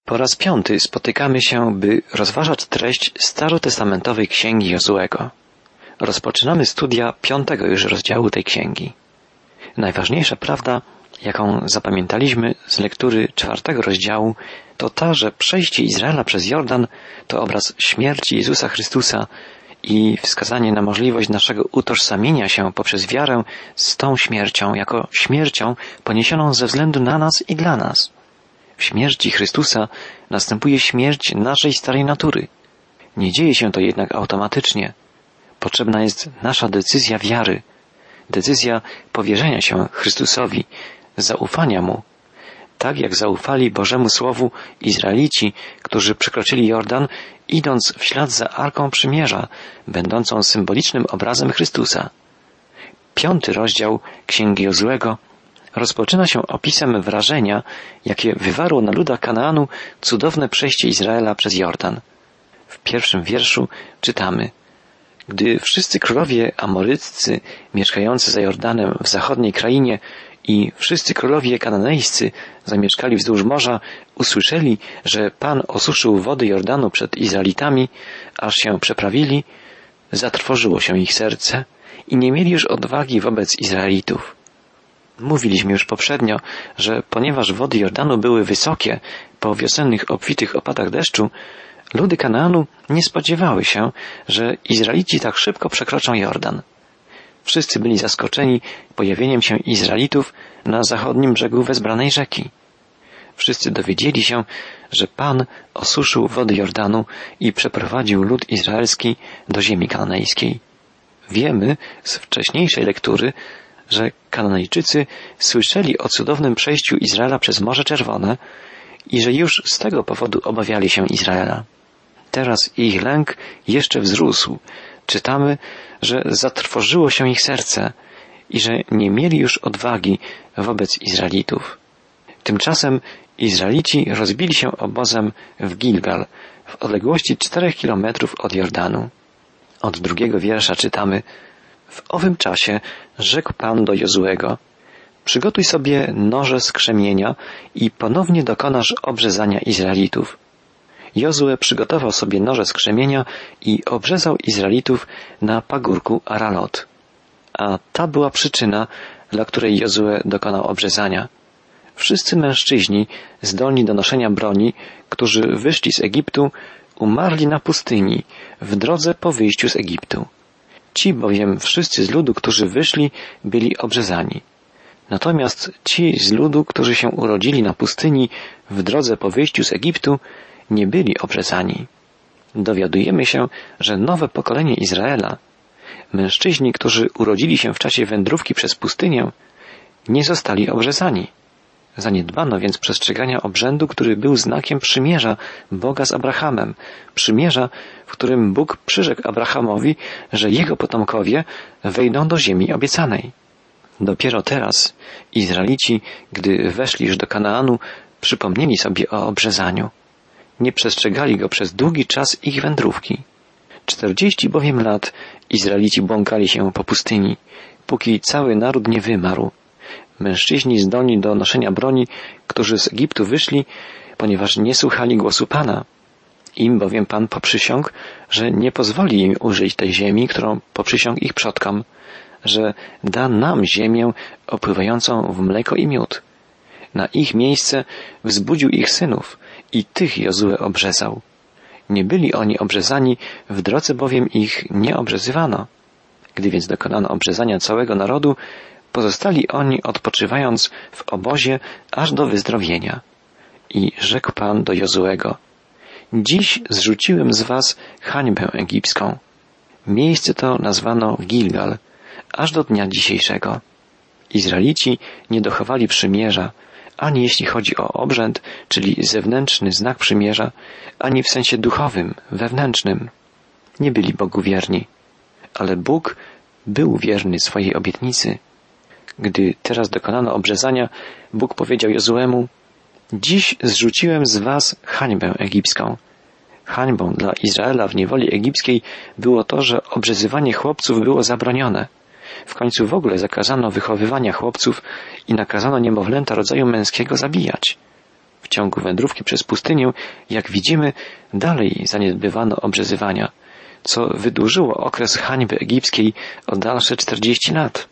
Po raz 5 spotykamy się, by rozważać treść starotestamentowej księgi Jozuego. Rozpoczynamy studia 5. już rozdziału tej księgi. Najważniejsza prawda, jaką zapamiętaliśmy z lektury 4. rozdziału, to ta, że przejście Izraela przez Jordan to obraz śmierci Jezusa Chrystusa i wskazanie na możliwość naszego utożsamienia się poprzez wiarę z tą śmiercią, jako śmiercią poniesioną ze względu na nas i dla nas. W śmierci Chrystusa następuje śmierć naszej starej natury. Nie dzieje się to jednak automatycznie. Potrzebna jest nasza decyzja wiary, decyzja powierzenia się Chrystusowi, zaufania Mu, tak jak zaufali Bożemu Słowu Izraelici, którzy przekroczyli Jordan, idąc w ślad za Arką Przymierza, będącą symbolicznym obrazem Chrystusa. 5. rozdział Księgi Jozuego rozpoczyna się opisem wrażenia, jakie wywarło na ludach Kanaanu cudowne przejście Izraela przez Jordan. W 1. wierszu czytamy: Gdy wszyscy królowie amoryccy mieszkający za Jordanem w zachodniej krainie i wszyscy królowie kananejscy zamieszkali wzdłuż morza usłyszeli, że Pan osuszył wody Jordanu przed Izraelitami, aż się przeprawili, zatrwożyło się ich serce i nie mieli już odwagi wobec Izraelitów. Mówiliśmy już poprzednio, że ponieważ wody Jordanu były wysokie po wiosennych obfitych opadach deszczu, ludy Kanaanu nie spodziewały się, że Izraelici tak szybko przekroczą Jordan. Wszyscy byli zaskoczeni pojawieniem się Izraelitów na zachodnim brzegu wezbranej rzeki. Wszyscy dowiedzieli się, że Pan osuszył wody Jordanu i przeprowadził lud izraelski do ziemi kananejskiej. Wiemy z wcześniejszej lektury, że Kananejczycy słyszeli o cudownym przejściu Izraela przez Morze Czerwone i że już z tego powodu obawiali się Izraela. Teraz ich lęk jeszcze wzrósł. Czytamy, że zatrwożyło się ich serce i że nie mieli już odwagi wobec Izraelitów. Tymczasem Izraelici rozbili się obozem w Gilgal, w odległości 4 kilometrów od Jordanu. Od 2. wiersza czytamy: W owym czasie rzekł Pan do Jozuego: Przygotuj sobie noże z krzemienia i ponownie dokonasz obrzezania Izraelitów. Jozue przygotował sobie noże z krzemienia i obrzezał Izraelitów na pagórku Aralot. A ta była przyczyna, dla której Jozue dokonał obrzezania. Wszyscy mężczyźni zdolni do noszenia broni, którzy wyszli z Egiptu, umarli na pustyni w drodze po wyjściu z Egiptu. Ci bowiem wszyscy z ludu, którzy wyszli, byli obrzezani. Natomiast ci z ludu, którzy się urodzili na pustyni w drodze po wyjściu z Egiptu, nie byli obrzezani. Dowiadujemy się, że nowe pokolenie Izraela, mężczyźni, którzy urodzili się w czasie wędrówki przez pustynię, nie zostali obrzezani. Zaniedbano więc przestrzegania obrzędu, który był znakiem przymierza Boga z Abrahamem, przymierza, w którym Bóg przyrzekł Abrahamowi, że jego potomkowie wejdą do ziemi obiecanej. Dopiero teraz Izraelici, gdy weszli już do Kanaanu, przypomnieli sobie o obrzezaniu. Nie przestrzegali go przez długi czas ich wędrówki. 40 bowiem lat Izraelici błąkali się po pustyni, póki cały naród nie wymarł. Mężczyźni zdolni do noszenia broni, którzy z Egiptu wyszli, ponieważ nie słuchali głosu Pana. Im bowiem Pan poprzysiągł, że nie pozwoli im użyć tej ziemi, którą poprzysiągł ich przodkom, że da nam ziemię opływającą w mleko i miód. Na ich miejsce wzbudził ich synów i tych Jozue obrzezał. Nie byli oni obrzezani, w drodze bowiem ich nie obrzezywano. Gdy więc dokonano obrzezania całego narodu, pozostali oni odpoczywając w obozie aż do wyzdrowienia. I rzekł Pan do Jozuego: Dziś zrzuciłem z was hańbę egipską. Miejsce to nazwano Gilgal, aż do dnia dzisiejszego. Izraelici nie dochowali przymierza, ani jeśli chodzi o obrzęd, czyli zewnętrzny znak przymierza, ani w sensie duchowym, wewnętrznym. Nie byli Bogu wierni, ale Bóg był wierny swojej obietnicy. Gdy teraz dokonano obrzezania, Bóg powiedział Jozuemu: Dziś zrzuciłem z was hańbę egipską. Hańbą dla Izraela w niewoli egipskiej było to, że obrzezywanie chłopców było zabronione. W końcu w ogóle zakazano wychowywania chłopców i nakazano niemowlęta rodzaju męskiego zabijać. W ciągu wędrówki przez pustynię, jak widzimy, dalej zaniedbywano obrzezywania, co wydłużyło okres hańby egipskiej o dalsze 40 lat.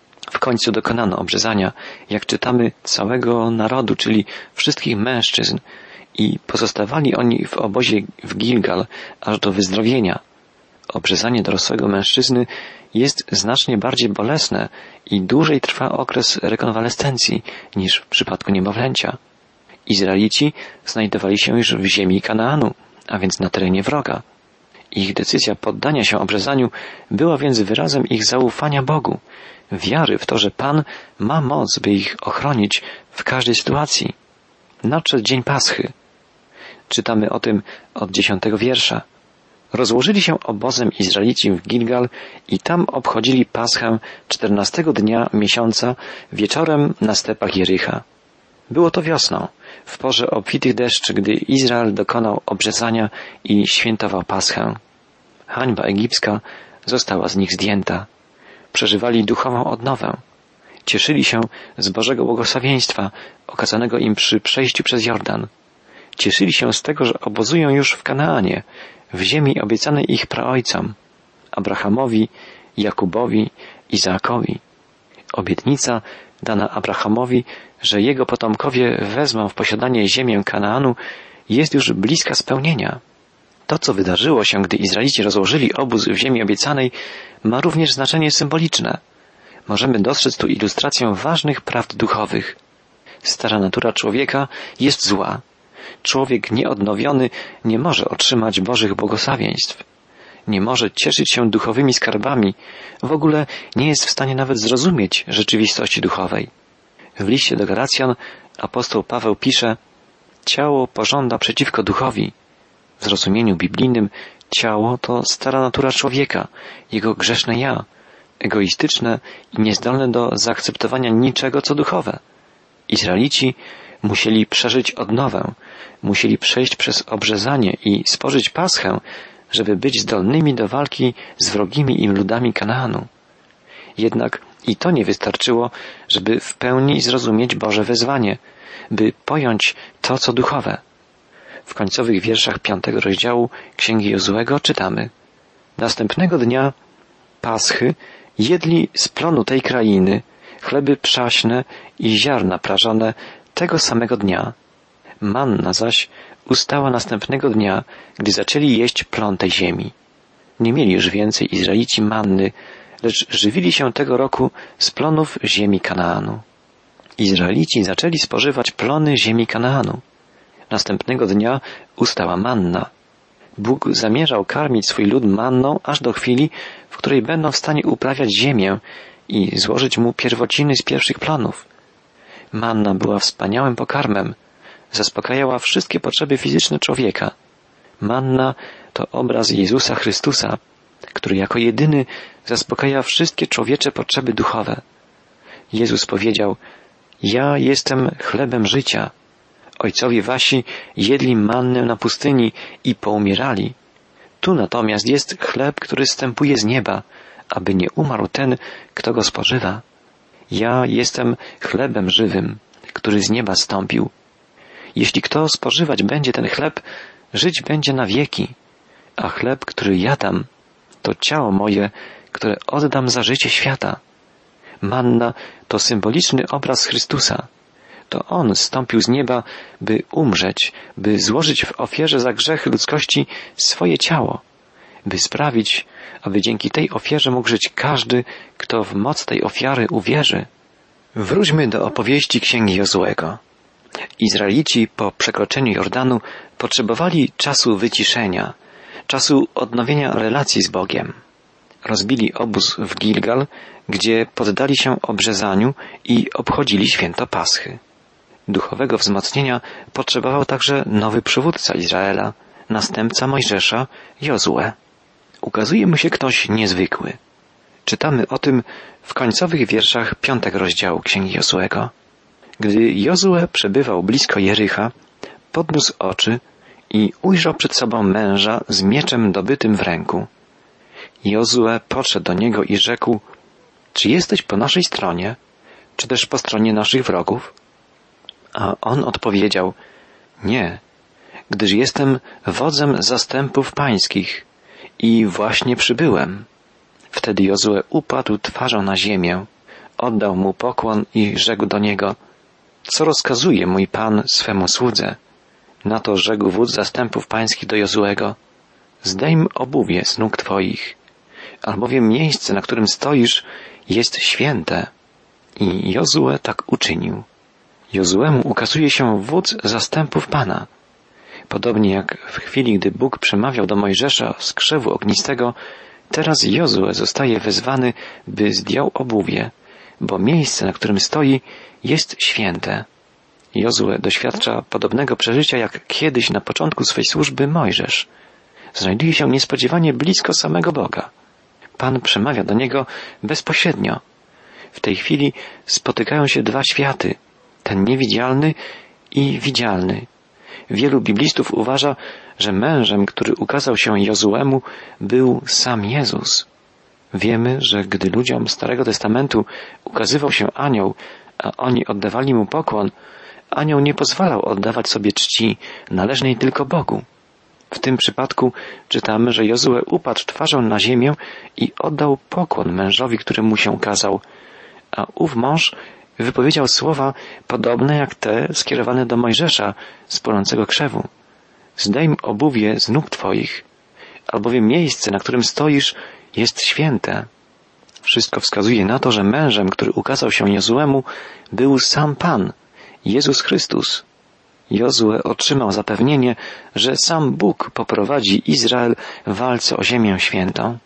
W końcu dokonano obrzezania, jak czytamy, całego narodu, czyli wszystkich mężczyzn, i pozostawali oni w obozie w Gilgal aż do wyzdrowienia. Obrzezanie dorosłego mężczyzny jest znacznie bardziej bolesne i dłużej trwa okres rekonwalescencji niż w przypadku niemowlęcia. Izraelici znajdowali się już w ziemi Kanaanu, a więc na terenie wroga. Ich decyzja poddania się obrzezaniu była więc wyrazem ich zaufania Bogu, wiary w to, że Pan ma moc, by ich ochronić w każdej sytuacji. Nadszedł dzień Paschy. Czytamy o tym od 10 wiersza. Rozłożyli się obozem Izraelici w Gilgal i tam obchodzili Paschę 14 dnia miesiąca wieczorem na stepach Jericha. Było to wiosną, w porze obfitych deszczy, gdy Izrael dokonał obrzezania i świętował Paschę. Hańba egipska została z nich zdjęta. Przeżywali duchową odnowę. Cieszyli się z Bożego błogosławieństwa okazanego im przy przejściu przez Jordan. Cieszyli się z tego, że obozują już w Kanaanie, w ziemi obiecanej ich praojcom, Abrahamowi, Jakubowi, Izaakowi. Obietnica dana Abrahamowi, że jego potomkowie wezmą w posiadanie ziemię Kanaanu, jest już bliska spełnienia. To, co wydarzyło się, gdy Izraelici rozłożyli obóz w ziemi obiecanej, ma również znaczenie symboliczne. Możemy dostrzec tu ilustrację ważnych prawd duchowych. Stara natura człowieka jest zła. Człowiek nieodnowiony nie może otrzymać Bożych błogosławieństw. Nie może cieszyć się duchowymi skarbami. W ogóle nie jest w stanie nawet zrozumieć rzeczywistości duchowej. W liście do Galacjan apostoł Paweł pisze: ciało pożąda przeciwko duchowi. W zrozumieniu biblijnym ciało to stara natura człowieka, jego grzeszne ja, egoistyczne i niezdolne do zaakceptowania niczego, co duchowe. Izraelici musieli przeżyć odnowę, musieli przejść przez obrzezanie i spożyć Paschę, żeby być zdolnymi do walki z wrogimi im ludami Kanaanu. Jednak i to nie wystarczyło, żeby w pełni zrozumieć Boże wezwanie, by pojąć to, co duchowe. W końcowych wierszach 5 rozdziału Księgi Jozuego czytamy: następnego dnia Paschy jedli z plonu tej krainy chleby przaśne i ziarna prażone tego samego dnia. Manna zaś ustała następnego dnia, gdy zaczęli jeść plon tej ziemi. Nie mieli już więcej Izraelici manny, lecz żywili się tego roku z plonów ziemi Kanaanu. Izraelici zaczęli spożywać plony ziemi Kanaanu. Następnego dnia ustała manna. Bóg zamierzał karmić swój lud manną aż do chwili, w której będą w stanie uprawiać ziemię i złożyć mu pierwociny z pierwszych plonów. Manna była wspaniałym pokarmem. Zaspokajała wszystkie potrzeby fizyczne człowieka. Manna to obraz Jezusa Chrystusa, który jako jedyny zaspokaja wszystkie człowiecze potrzeby duchowe. Jezus powiedział: ja jestem chlebem życia. Ojcowie wasi jedli mannę na pustyni i poumierali. Tu natomiast jest chleb, który zstępuje z nieba, aby nie umarł ten, kto go spożywa. Ja jestem chlebem żywym, który z nieba zstąpił. Jeśli kto spożywać będzie ten chleb, żyć będzie na wieki, a chleb, który ja dam, to ciało moje, które oddam za życie świata. Manna to symboliczny obraz Chrystusa. To On zstąpił z nieba, by umrzeć, by złożyć w ofierze za grzechy ludzkości swoje ciało, by sprawić, aby dzięki tej ofierze mógł żyć każdy, kto w moc tej ofiary uwierzy. Wróćmy do opowieści Księgi Jozuego. Izraelici po przekroczeniu Jordanu potrzebowali czasu wyciszenia, czasu odnowienia relacji z Bogiem. Rozbili obóz w Gilgal, gdzie poddali się obrzezaniu i obchodzili święto Paschy. Duchowego wzmocnienia potrzebował także nowy przywódca Izraela, następca Mojżesza, Jozue. Ukazuje mu się ktoś niezwykły. Czytamy o tym w końcowych wierszach 5 rozdziału Księgi Jozuego. Gdy Jozue przebywał blisko Jericha, podniósł oczy i ujrzał przed sobą męża z mieczem dobytym w ręku. Jozue podszedł do niego i rzekł: czy jesteś po naszej stronie, czy też po stronie naszych wrogów? A on odpowiedział: Nie, gdyż jestem wodzem zastępów pańskich i właśnie przybyłem. Wtedy Jozue upadł twarzą na ziemię, oddał mu pokłon i rzekł do niego: co rozkazuje mój Pan swemu słudze? Na to rzekł wódz zastępów pańskich do Jozuego: zdejm obuwie z nóg twoich, albowiem miejsce, na którym stoisz, jest święte. I Jozue tak uczynił. Jozuemu ukazuje się wódz zastępów Pana. Podobnie jak w chwili, gdy Bóg przemawiał do Mojżesza z krzewu ognistego, teraz Jozue zostaje wezwany, by zdjął obuwie, bo miejsce, na którym stoi, jest święte. Jozue doświadcza podobnego przeżycia jak kiedyś na początku swej służby Mojżesz. Znajduje się niespodziewanie blisko samego Boga. Pan przemawia do niego bezpośrednio. W tej chwili spotykają się dwa światy, ten niewidzialny i widzialny. Wielu biblistów uważa, że mężem, który ukazał się Jozuemu, był sam Jezus. Wiemy, że gdy ludziom Starego Testamentu ukazywał się anioł, a oni oddawali mu pokłon, anioł nie pozwalał oddawać sobie czci należnej tylko Bogu. W tym przypadku czytamy, że Jozue upadł twarzą na ziemię i oddał pokłon mężowi, który mu się ukazał, a ów mąż wypowiedział słowa podobne jak te skierowane do Mojżesza z płonącego krzewu. Zdejm obuwie z nóg twoich, albowiem miejsce, na którym stoisz, jest święte. Wszystko wskazuje na to, że mężem, który ukazał się Jozuemu, był sam Pan, Jezus Chrystus. Jozue otrzymał zapewnienie, że sam Bóg poprowadzi Izrael w walce o ziemię świętą.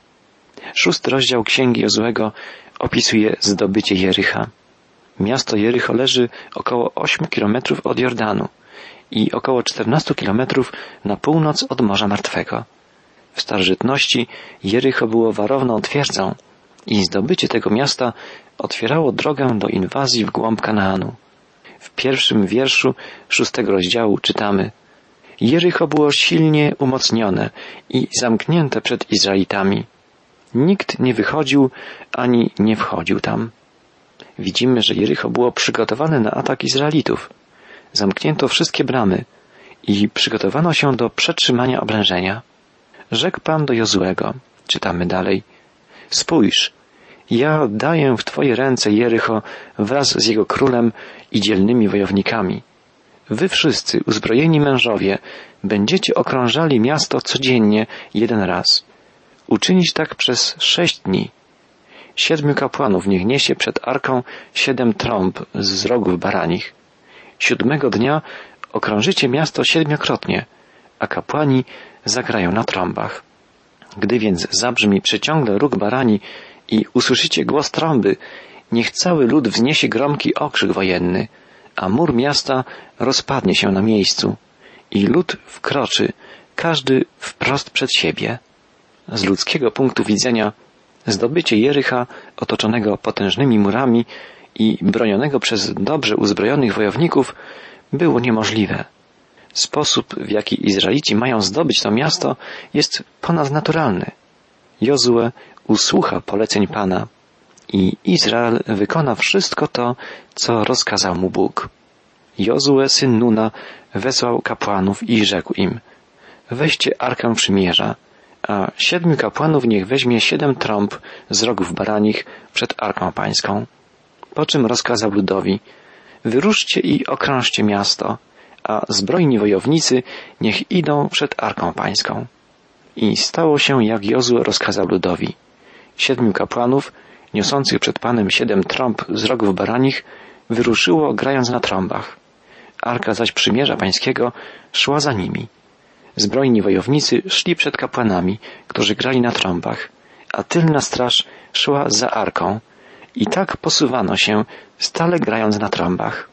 6 rozdział Księgi Jozuego opisuje zdobycie Jericha. Miasto Jericho leży około 8 kilometrów od Jordanu i około 14 kilometrów na północ od Morza Martwego. W starożytności Jericho było warowną twierdzą i zdobycie tego miasta otwierało drogę do inwazji w głąb Kanaanu. W 1 wierszu 6 rozdziału czytamy: Jericho było silnie umocnione i zamknięte przed Izraelitami. Nikt nie wychodził ani nie wchodził tam. Widzimy, że Jericho było przygotowane na atak Izraelitów. Zamknięto wszystkie bramy i przygotowano się do przetrzymania oblężenia. Rzekł Pan do Jozuego, czytamy dalej: spójrz, ja daję w twoje ręce Jericho wraz z jego królem i dzielnymi wojownikami. Wy wszyscy, uzbrojeni mężowie, będziecie okrążali miasto codziennie 1 raz. Uczynić tak przez 6 dni. 7 kapłanów niech niesie przed arką 7 trąb z rogów baranich. 7 dnia okrążycie miasto 7-krotnie, a kapłani zagrają na trąbach. Gdy więc zabrzmi przeciągle róg barani i usłyszycie głos trąby, niech cały lud wzniesie gromki okrzyk wojenny, a mur miasta rozpadnie się na miejscu i lud wkroczy, każdy wprost przed siebie. Z ludzkiego punktu widzenia zdobycie Jericha, otoczonego potężnymi murami i bronionego przez dobrze uzbrojonych wojowników, było niemożliwe. Sposób, w jaki Izraelici mają zdobyć to miasto, jest ponadnaturalny. Jozue usłucha poleceń Pana i Izrael wykona wszystko to, co rozkazał mu Bóg. Jozue, syn Nuna, wezwał kapłanów i rzekł im: weźcie Arkę Przymierza, a 7 kapłanów niech weźmie 7 trąb z rogów baranich przed Arką Pańską. Po czym rozkazał ludowi: wyruszcie i okrążcie miasto, a zbrojni wojownicy niech idą przed Arką Pańską. I stało się, jak Jozue rozkazał ludowi. 7 kapłanów, niosących przed Panem 7 trąb z rogów baranich, wyruszyło grając na trąbach. Arka zaś Przymierza Pańskiego szła za nimi. Zbrojni wojownicy szli przed kapłanami, którzy grali na trąbach, a tylna straż szła za Arką. I tak posuwano się, stale grając na trąbach.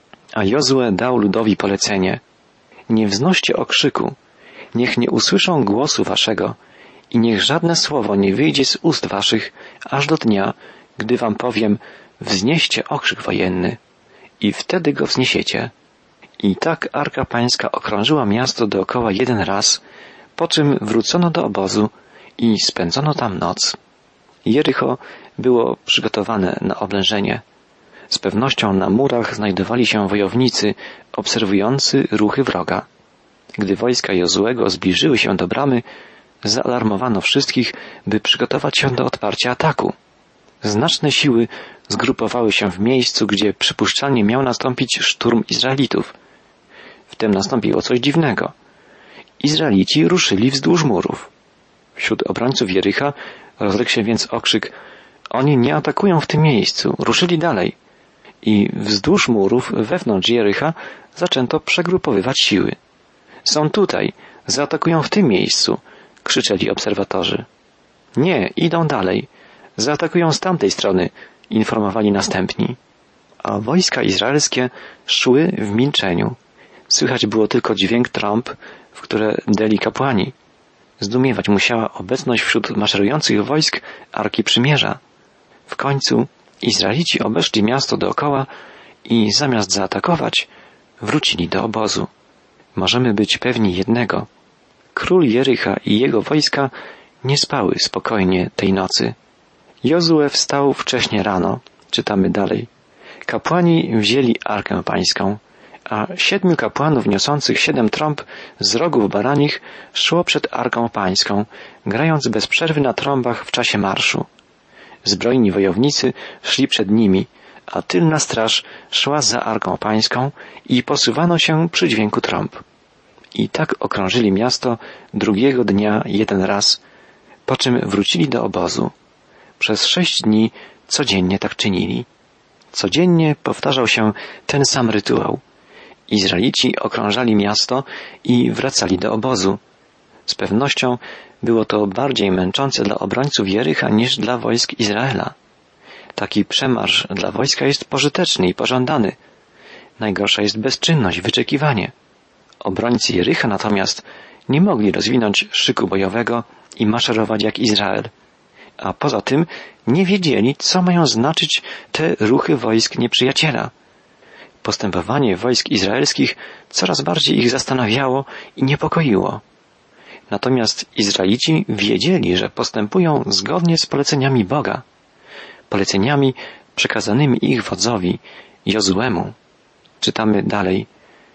A Jozue dał ludowi polecenie: nie wznoście okrzyku, niech nie usłyszą głosu waszego i niech żadne słowo nie wyjdzie z ust waszych, aż do dnia, gdy wam powiem: wznieście okrzyk wojenny, i wtedy go wzniesiecie. I tak Arka Pańska okrążyła miasto dookoła 1 raz, po czym wrócono do obozu i spędzono tam noc. Jericho było przygotowane na oblężenie. Z pewnością na murach znajdowali się wojownicy obserwujący ruchy wroga. Gdy wojska Jozuego zbliżyły się do bramy, zaalarmowano wszystkich, by przygotować się do odparcia ataku. Znaczne siły zgrupowały się w miejscu, gdzie przypuszczalnie miał nastąpić szturm Izraelitów. Wtem nastąpiło coś dziwnego. Izraelici ruszyli wzdłuż murów. Wśród obrońców Jericha rozległ się więc okrzyk: oni nie atakują w tym miejscu, ruszyli dalej. I wzdłuż murów wewnątrz Jericha zaczęto przegrupowywać siły. Są tutaj, zaatakują w tym miejscu, krzyczeli obserwatorzy. Nie, idą dalej, zaatakują z tamtej strony, informowali następni. A wojska izraelskie szły w milczeniu. Słychać było tylko dźwięk trąb, w które deli kapłani. Zdumiewać musiała obecność wśród maszerujących wojsk Arki Przymierza. W końcu Izraelici obeszli miasto dookoła i zamiast zaatakować, wrócili do obozu. Możemy być pewni jednego. Król Jericha i jego wojska nie spały spokojnie tej nocy. Jozue wstał wcześnie rano, czytamy dalej. Kapłani wzięli Arkę Pańską, a 7 kapłanów niosących 7 trąb z rogów baranich szło przed Arką Pańską, grając bez przerwy na trąbach w czasie marszu. Zbrojni wojownicy szli przed nimi, a tylna straż szła za Arką Pańską i posuwano się przy dźwięku trąb. I tak okrążyli miasto drugiego dnia jeden raz, po czym wrócili do obozu. Przez 6 dni codziennie tak czynili. Codziennie powtarzał się ten sam rytuał. Izraelici okrążali miasto i wracali do obozu. Z pewnością było to bardziej męczące dla obrońców Jericha niż dla wojsk Izraela. Taki przemarsz dla wojska jest pożyteczny i pożądany. Najgorsza jest bezczynność, wyczekiwanie. Obrońcy Jericha natomiast nie mogli rozwinąć szyku bojowego i maszerować jak Izrael. A poza tym nie wiedzieli, co mają znaczyć te ruchy wojsk nieprzyjaciela. Postępowanie wojsk izraelskich coraz bardziej ich zastanawiało i niepokoiło. Natomiast Izraelici wiedzieli, że postępują zgodnie z poleceniami Boga, poleceniami przekazanymi ich wodzowi, Jozuemu. Czytamy dalej.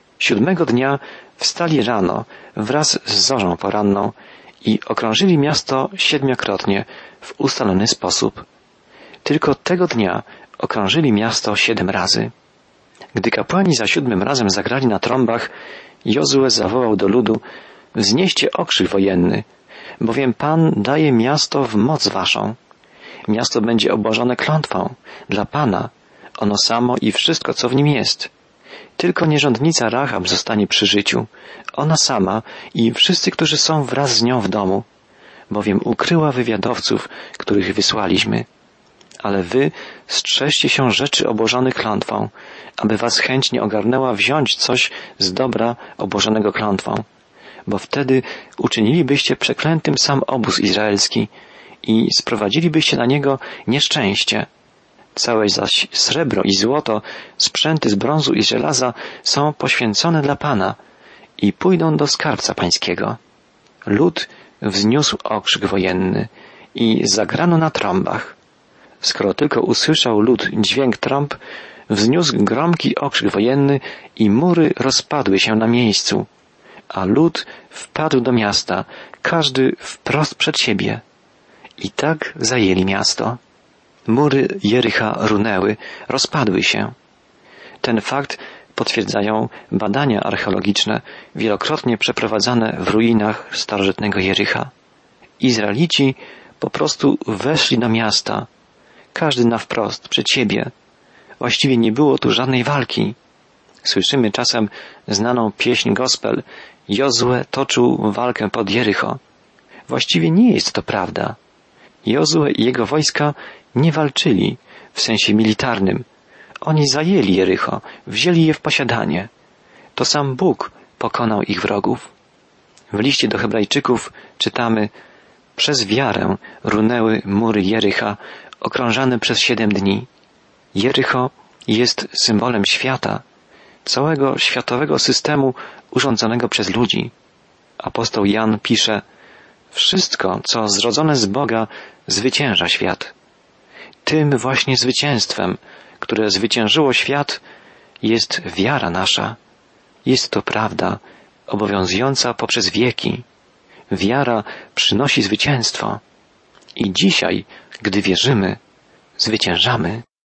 7 dnia wstali rano wraz z zorzą poranną i okrążyli miasto 7-krotnie w ustalony sposób. Tylko tego dnia okrążyli miasto 7 razy. Gdy kapłani za 7 razem zagrali na trąbach, Jozue zawołał do ludu: wznieście okrzyk wojenny, bowiem Pan daje miasto w moc waszą. Miasto będzie obłożone klątwą dla Pana, ono samo i wszystko, co w nim jest. Tylko nierządnica Rahab zostanie przy życiu, ona sama i wszyscy, którzy są wraz z nią w domu, bowiem ukryła wywiadowców, których wysłaliśmy. Ale wy strzeżcie się rzeczy obłożonych klątwą, aby was chęć nie ogarnęła wziąć coś z dobra obłożonego klątwą, bo wtedy uczynilibyście przeklętym sam obóz izraelski i sprowadzilibyście na niego nieszczęście. Całe zaś srebro i złoto, sprzęty z brązu i żelaza są poświęcone dla Pana i pójdą do skarbca pańskiego. Lud wzniósł okrzyk wojenny i zagrano na trąbach. Skoro tylko usłyszał lud dźwięk trąb, wzniósł gromki okrzyk wojenny i mury rozpadły się na miejscu, a lud wpadł do miasta, każdy wprost przed siebie. I tak zajęli miasto. Mury Jericha runęły, rozpadły się. Ten fakt potwierdzają badania archeologiczne, wielokrotnie przeprowadzane w ruinach starożytnego Jericha. Izraelici po prostu weszli do miasta, każdy na wprost, przed siebie. Właściwie nie było tu żadnej walki. Słyszymy czasem znaną pieśń gospel: Jozue toczył walkę pod Jericho. Właściwie nie jest to prawda. Jozue i jego wojska nie walczyli w sensie militarnym. Oni zajęli Jericho, wzięli je w posiadanie. To sam Bóg pokonał ich wrogów. W liście do Hebrajczyków czytamy: przez wiarę runęły mury Jericha, okrążane przez 7 dni. Jericho jest symbolem świata, całego światowego systemu urządzonego przez ludzi. Apostoł Jan pisze: wszystko, co zrodzone z Boga, zwycięża świat. Tym właśnie zwycięstwem, które zwyciężyło świat, jest wiara nasza. Jest to prawda obowiązująca poprzez wieki. Wiara przynosi zwycięstwo. I dzisiaj, gdy wierzymy, zwyciężamy.